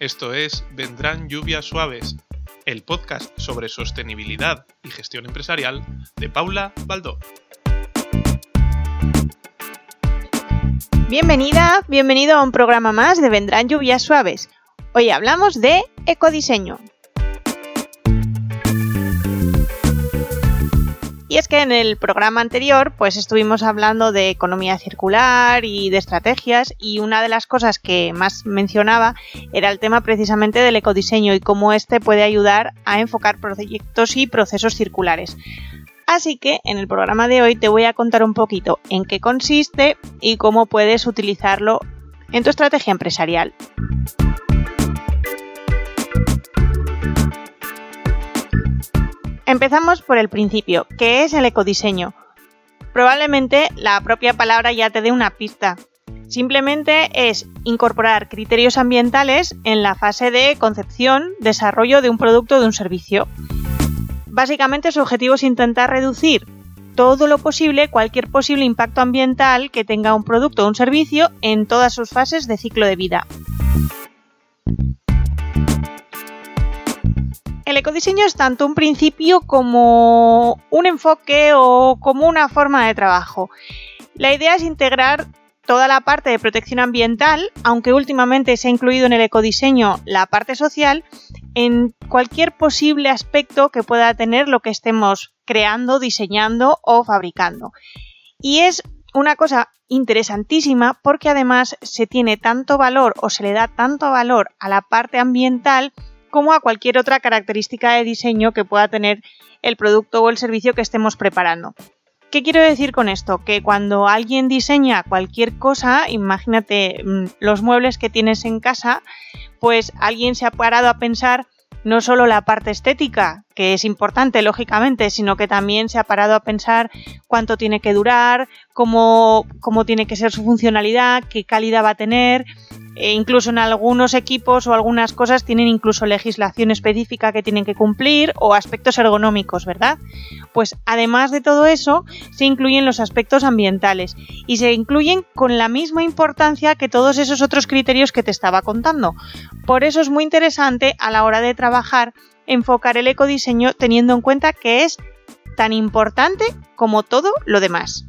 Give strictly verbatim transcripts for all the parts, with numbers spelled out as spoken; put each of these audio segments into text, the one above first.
Esto es Vendrán lluvias suaves, el podcast sobre sostenibilidad y gestión empresarial de Paula Baldó. Bienvenida, bienvenido a un programa más de Vendrán lluvias suaves. Hoy hablamos de ecodiseño. Y es que en el programa anterior pues estuvimos hablando de economía circular y de estrategias, y una de las cosas que más mencionaba era el tema precisamente del ecodiseño y cómo este puede ayudar a enfocar proyectos y procesos circulares. Así que en el programa de hoy te voy a contar un poquito en qué consiste y cómo puedes utilizarlo en tu estrategia empresarial. Empezamos por el principio. ¿Qué es el ecodiseño? Probablemente la propia palabra ya te dé una pista. Simplemente es incorporar criterios ambientales en la fase de concepción, desarrollo de un producto o de un servicio. Básicamente su objetivo es intentar reducir todo lo posible cualquier posible impacto ambiental que tenga un producto o un servicio en todas sus fases de ciclo de vida. El ecodiseño es tanto un principio como un enfoque o como una forma de trabajo. La idea es integrar toda la parte de protección ambiental, aunque últimamente se ha incluido en el ecodiseño la parte social, en cualquier posible aspecto que pueda tener lo que estemos creando, diseñando o fabricando. Y es una cosa interesantísima porque además se tiene tanto valor o se le da tanto valor a la parte ambiental como a cualquier otra característica de diseño que pueda tener el producto o el servicio que estemos preparando. ¿Qué quiero decir con esto? Que cuando alguien diseña cualquier cosa, imagínate los muebles que tienes en casa, pues alguien se ha parado a pensar no solo la parte estética, que es importante lógicamente, sino que también se ha parado a pensar cuánto tiene que durar, cómo, cómo tiene que ser su funcionalidad, qué calidad va a tener. E incluso en algunos equipos o algunas cosas tienen incluso legislación específica que tienen que cumplir o aspectos ergonómicos, ¿verdad? Pues además de todo eso, se incluyen los aspectos ambientales y se incluyen con la misma importancia que todos esos otros criterios que te estaba contando. Por eso es muy interesante a la hora de trabajar enfocar el ecodiseño teniendo en cuenta que es tan importante como todo lo demás.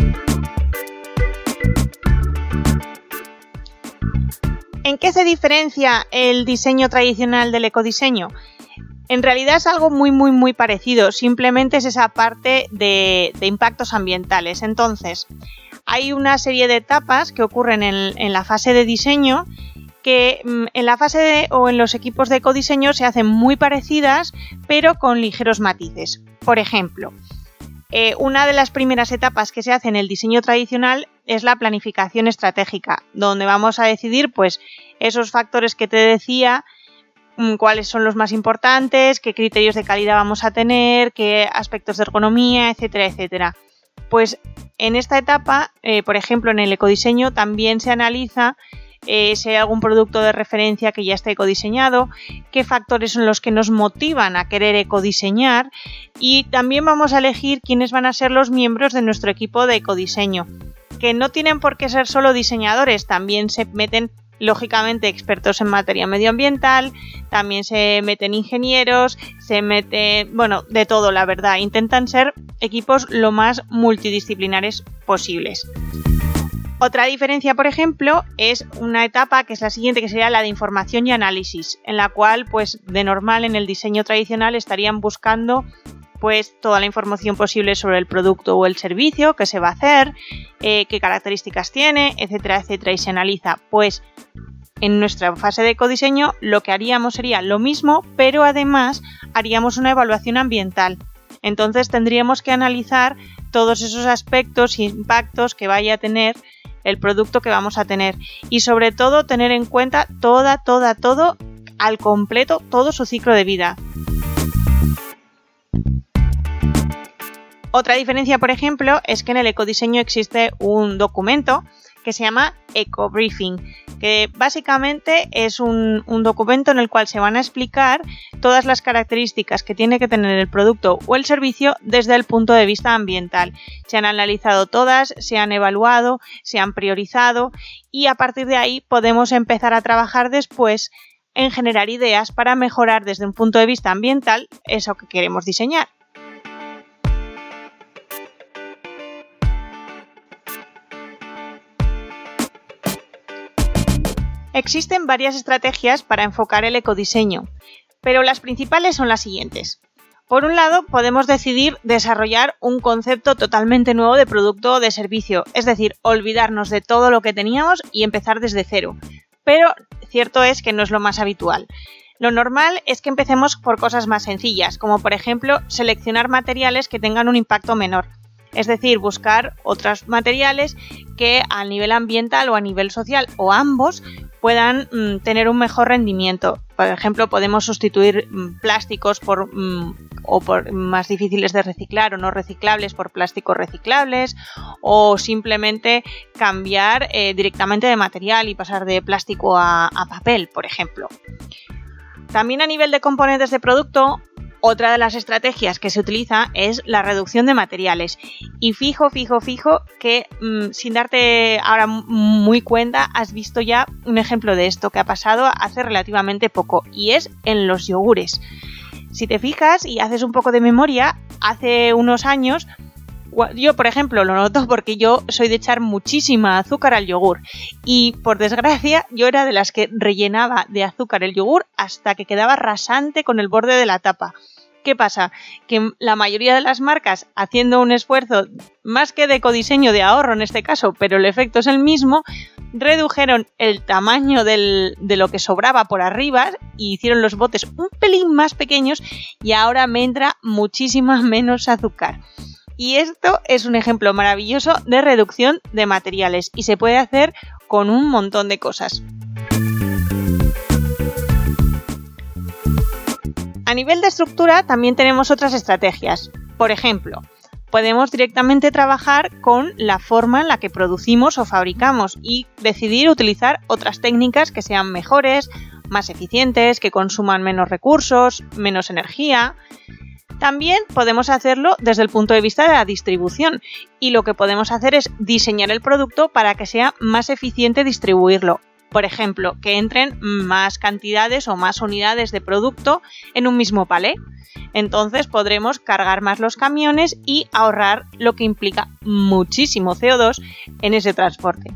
¿En qué se diferencia el diseño tradicional del ecodiseño? En realidad es algo muy muy muy parecido, simplemente es esa parte de, de impactos ambientales. Entonces, hay una serie de etapas que ocurren en, en la fase de diseño que en la fase de, o en los equipos de ecodiseño se hacen muy parecidas, pero con ligeros matices. Por ejemplo, Eh, una de las primeras etapas que se hace en el diseño tradicional es la planificación estratégica, donde vamos a decidir pues, esos factores que te decía, cuáles son los más importantes, qué criterios de calidad vamos a tener, qué aspectos de ergonomía, etcétera, etcétera. Pues en esta etapa, eh, por ejemplo, en el ecodiseño también se analiza Eh, si hay algún producto de referencia que ya esté ecodiseñado, qué factores son los que nos motivan a querer ecodiseñar, y también vamos a elegir quiénes van a ser los miembros de nuestro equipo de ecodiseño, que no tienen por qué ser solo diseñadores, también se meten lógicamente expertos en materia medioambiental, también se meten ingenieros, se meten, bueno, de todo la verdad, intentan ser equipos lo más multidisciplinares posibles. Otra diferencia, por ejemplo, es una etapa que es la siguiente, que sería la de información y análisis, en la cual, pues, de normal en el diseño tradicional estarían buscando, pues, toda la información posible sobre el producto o el servicio, qué se va a hacer, eh, qué características tiene, etcétera, etcétera, y se analiza. Pues, en nuestra fase de ecodiseño lo que haríamos sería lo mismo, pero además haríamos una evaluación ambiental. Entonces tendríamos que analizar todos esos aspectos e impactos que vaya a tener el producto que vamos a tener, y sobre todo tener en cuenta toda, toda, todo, al completo, todo su ciclo de vida. Otra diferencia, por ejemplo, es que en el ecodiseño existe un documento que se llama Ecobriefing, que básicamente es un, un documento en el cual se van a explicar todas las características que tiene que tener el producto o el servicio desde el punto de vista ambiental. Se han analizado todas, se han evaluado, se han priorizado y a partir de ahí podemos empezar a trabajar después en generar ideas para mejorar desde un punto de vista ambiental eso que queremos diseñar. Existen varias estrategias para enfocar el ecodiseño, pero las principales son las siguientes. Por un lado, podemos decidir desarrollar un concepto totalmente nuevo de producto o de servicio, es decir, olvidarnos de todo lo que teníamos y empezar desde cero. Pero cierto es que no es lo más habitual. Lo normal es que empecemos por cosas más sencillas, como por ejemplo seleccionar materiales que tengan un impacto menor. Es decir, buscar otros materiales que a nivel ambiental o a nivel social o ambos puedan mm, tener un mejor rendimiento. Por ejemplo, podemos sustituir mm, plásticos por, mm, o por más difíciles de reciclar o no reciclables por plásticos reciclables, o simplemente cambiar eh, directamente de material y pasar de plástico a, a papel, por ejemplo. También a nivel de componentes de producto, otra de las estrategias que se utiliza es la reducción de materiales. Y fijo, fijo, fijo que mmm, sin darte ahora muy cuenta has visto ya un ejemplo de esto que ha pasado hace relativamente poco y es en los yogures. Si te fijas y haces un poco de memoria, hace unos años, yo por ejemplo lo noto porque yo soy de echar muchísima azúcar al yogur y por desgracia yo era de las que rellenaba de azúcar el yogur hasta que quedaba rasante con el borde de la tapa. ¿Qué pasa? Que la mayoría de las marcas, haciendo un esfuerzo más que de ecodiseño, de ahorro en este caso, pero el efecto es el mismo, redujeron el tamaño del, de lo que sobraba por arriba y hicieron los botes un pelín más pequeños y ahora me entra muchísima menos azúcar. Y esto es un ejemplo maravilloso de reducción de materiales y se puede hacer con un montón de cosas. A nivel de estructura también tenemos otras estrategias. Por ejemplo, podemos directamente trabajar con la forma en la que producimos o fabricamos y decidir utilizar otras técnicas que sean mejores, más eficientes, que consuman menos recursos, menos energía. También podemos hacerlo desde el punto de vista de la distribución y lo que podemos hacer es diseñar el producto para que sea más eficiente distribuirlo. Por ejemplo, que entren más cantidades o más unidades de producto en un mismo palé. Entonces podremos cargar más los camiones y ahorrar lo que implica muchísimo C O dos en ese transporte.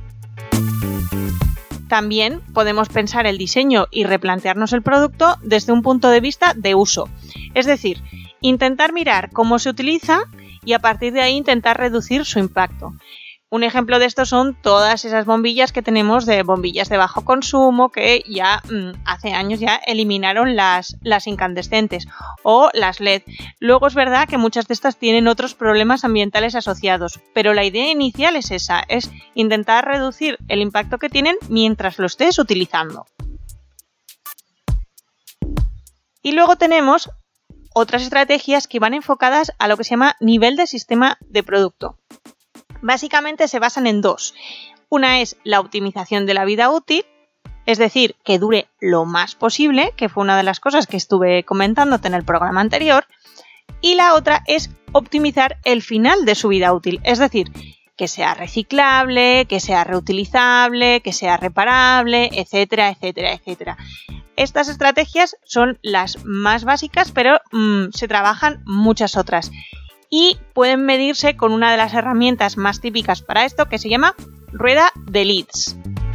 También podemos pensar el diseño y replantearnos el producto desde un punto de vista de uso. Es decir, intentar mirar cómo se utiliza y a partir de ahí intentar reducir su impacto. Un ejemplo de esto son todas esas bombillas que tenemos de bombillas de bajo consumo que ya mmm, hace años ya eliminaron las, las incandescentes o las L E D. Luego es verdad que muchas de estas tienen otros problemas ambientales asociados, pero la idea inicial es esa, es intentar reducir el impacto que tienen mientras lo estés utilizando. Y luego tenemos otras estrategias que van enfocadas a lo que se llama nivel de sistema de producto. Básicamente se basan en dos. Una es la optimización de la vida útil, es decir, que dure lo más posible, que fue una de las cosas que estuve comentándote en el programa anterior, y la otra es optimizar el final de su vida útil, es decir, que sea reciclable, que sea reutilizable, que sea reparable, etcétera, etcétera, etcétera. Estas estrategias son las más básicas, pero mmm, se trabajan muchas otras. Y pueden medirse con una de las herramientas más típicas para esto que se llama rueda de leads.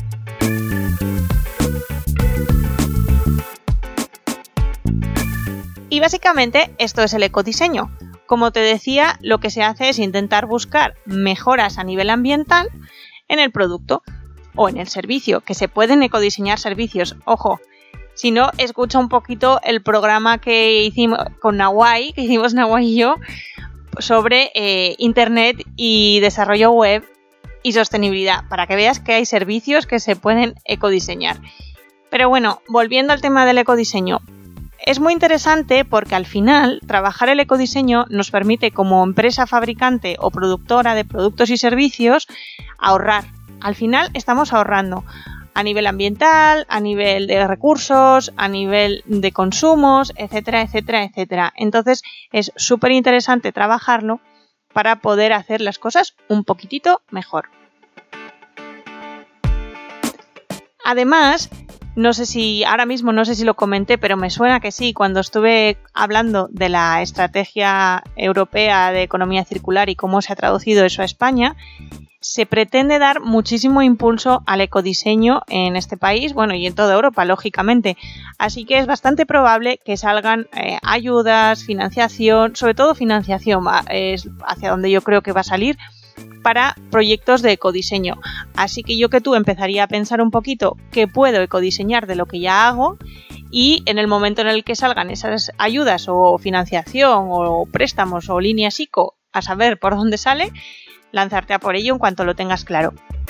Y básicamente esto es el ecodiseño. Como te decía, lo que se hace es intentar buscar mejoras a nivel ambiental en el producto o en el servicio, que se pueden ecodiseñar servicios. Ojo, si no, escucha un poquito el programa que hicimos con Nawai, que hicimos Nawai y yo, sobre eh, Internet y desarrollo web y sostenibilidad, para que veas que hay servicios que se pueden ecodiseñar. Pero bueno, volviendo al tema del ecodiseño, es muy interesante porque al final trabajar el ecodiseño nos permite como empresa fabricante o productora de productos y servicios ahorrar. Al final estamos ahorrando a nivel ambiental, a nivel de recursos, a nivel de consumos, etcétera, etcétera, etcétera. Entonces es súper interesante trabajarlo para poder hacer las cosas un poquitito mejor. Además, No sé si, ahora mismo no sé si lo comenté, pero me suena que sí, cuando estuve hablando de la estrategia europea de economía circular y cómo se ha traducido eso a España, se pretende dar muchísimo impulso al ecodiseño en este país, bueno, y en toda Europa, lógicamente. Así que es bastante probable que salgan eh, ayudas, financiación, sobre todo financiación, es hacia donde yo creo que va a salir, para proyectos de ecodiseño. Así que yo que tú empezaría a pensar un poquito qué puedo ecodiseñar de lo que ya hago, y en el momento en el que salgan esas ayudas o financiación o préstamos o líneas I C O, a saber por dónde sale, lanzarte a por ello en cuanto lo tengas claro.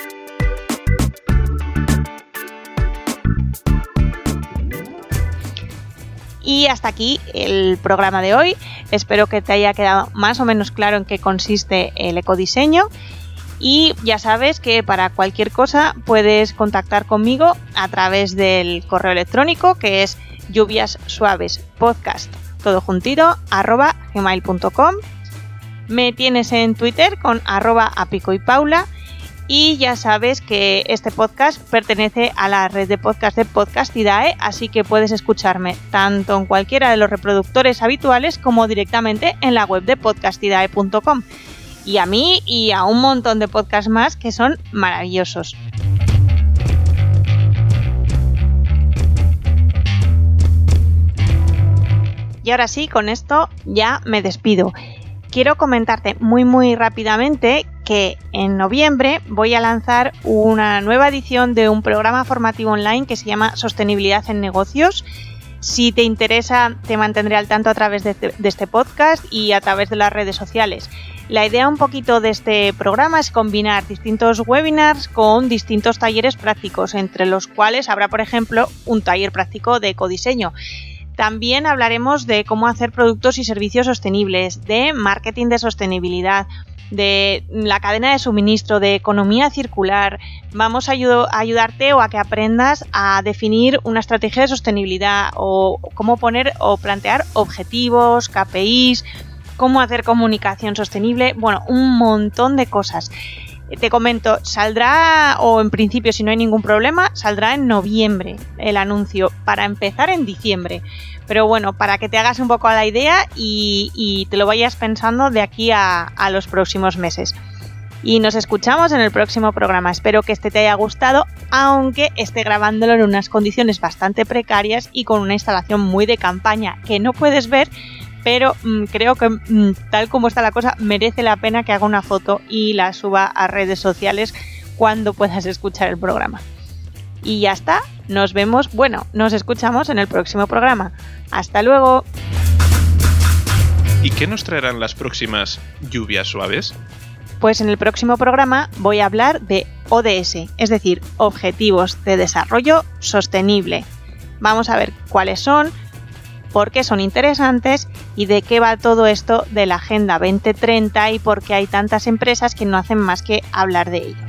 Y hasta aquí el programa de hoy. Espero que te haya quedado más o menos claro en qué consiste el ecodiseño. Y ya sabes que para cualquier cosa puedes contactar conmigo a través del correo electrónico, que es lluviassuavespodcast, todo juntito, arroba gmail punto com. Me tienes en Twitter con arroba apicoypaula. Y ya sabes que este podcast pertenece a la red de podcast de Podcastidae, así que puedes escucharme tanto en cualquiera de los reproductores habituales como directamente en la web de podcastidae punto com. Y a mí y a un montón de podcasts más que son maravillosos. Y ahora sí, con esto ya me despido. Quiero comentarte muy muy rápidamente que en noviembre voy a lanzar una nueva edición de un programa formativo online que se llama Sostenibilidad en Negocios. Si te interesa, te mantendré al tanto a través de este, de este podcast y a través de las redes sociales. La idea un poquito de este programa es combinar distintos webinars con distintos talleres prácticos, entre los cuales habrá, por ejemplo, un taller práctico de ecodiseño. También hablaremos de cómo hacer productos y servicios sostenibles, de marketing de sostenibilidad, de la cadena de suministro, de economía circular. Vamos a, ayud- a ayudarte o a que aprendas a definir una estrategia de sostenibilidad o cómo poner o plantear objetivos, K P Is, cómo hacer comunicación sostenible, bueno, un montón de cosas. Te comento, saldrá, o en principio si no hay ningún problema, saldrá en noviembre el anuncio, para empezar en diciembre. Pero bueno, para que te hagas un poco la idea y, y te lo vayas pensando de aquí a, a los próximos meses. Y nos escuchamos en el próximo programa. Espero que este te haya gustado, aunque esté grabándolo en unas condiciones bastante precarias y con una instalación muy de campaña que no puedes ver, pero mmm, creo que mmm, tal como está la cosa merece la pena que haga una foto y la suba a redes sociales cuando puedas escuchar el programa. Y ya está, nos vemos, bueno, nos escuchamos en el próximo programa. ¡Hasta luego! ¿Y qué nos traerán las próximas lluvias suaves? Pues en el próximo programa voy a hablar de O D S, es decir, Objetivos de Desarrollo Sostenible. Vamos a ver cuáles son, por qué son interesantes y de qué va todo esto de la Agenda veinte treinta y por qué hay tantas empresas que no hacen más que hablar de ello.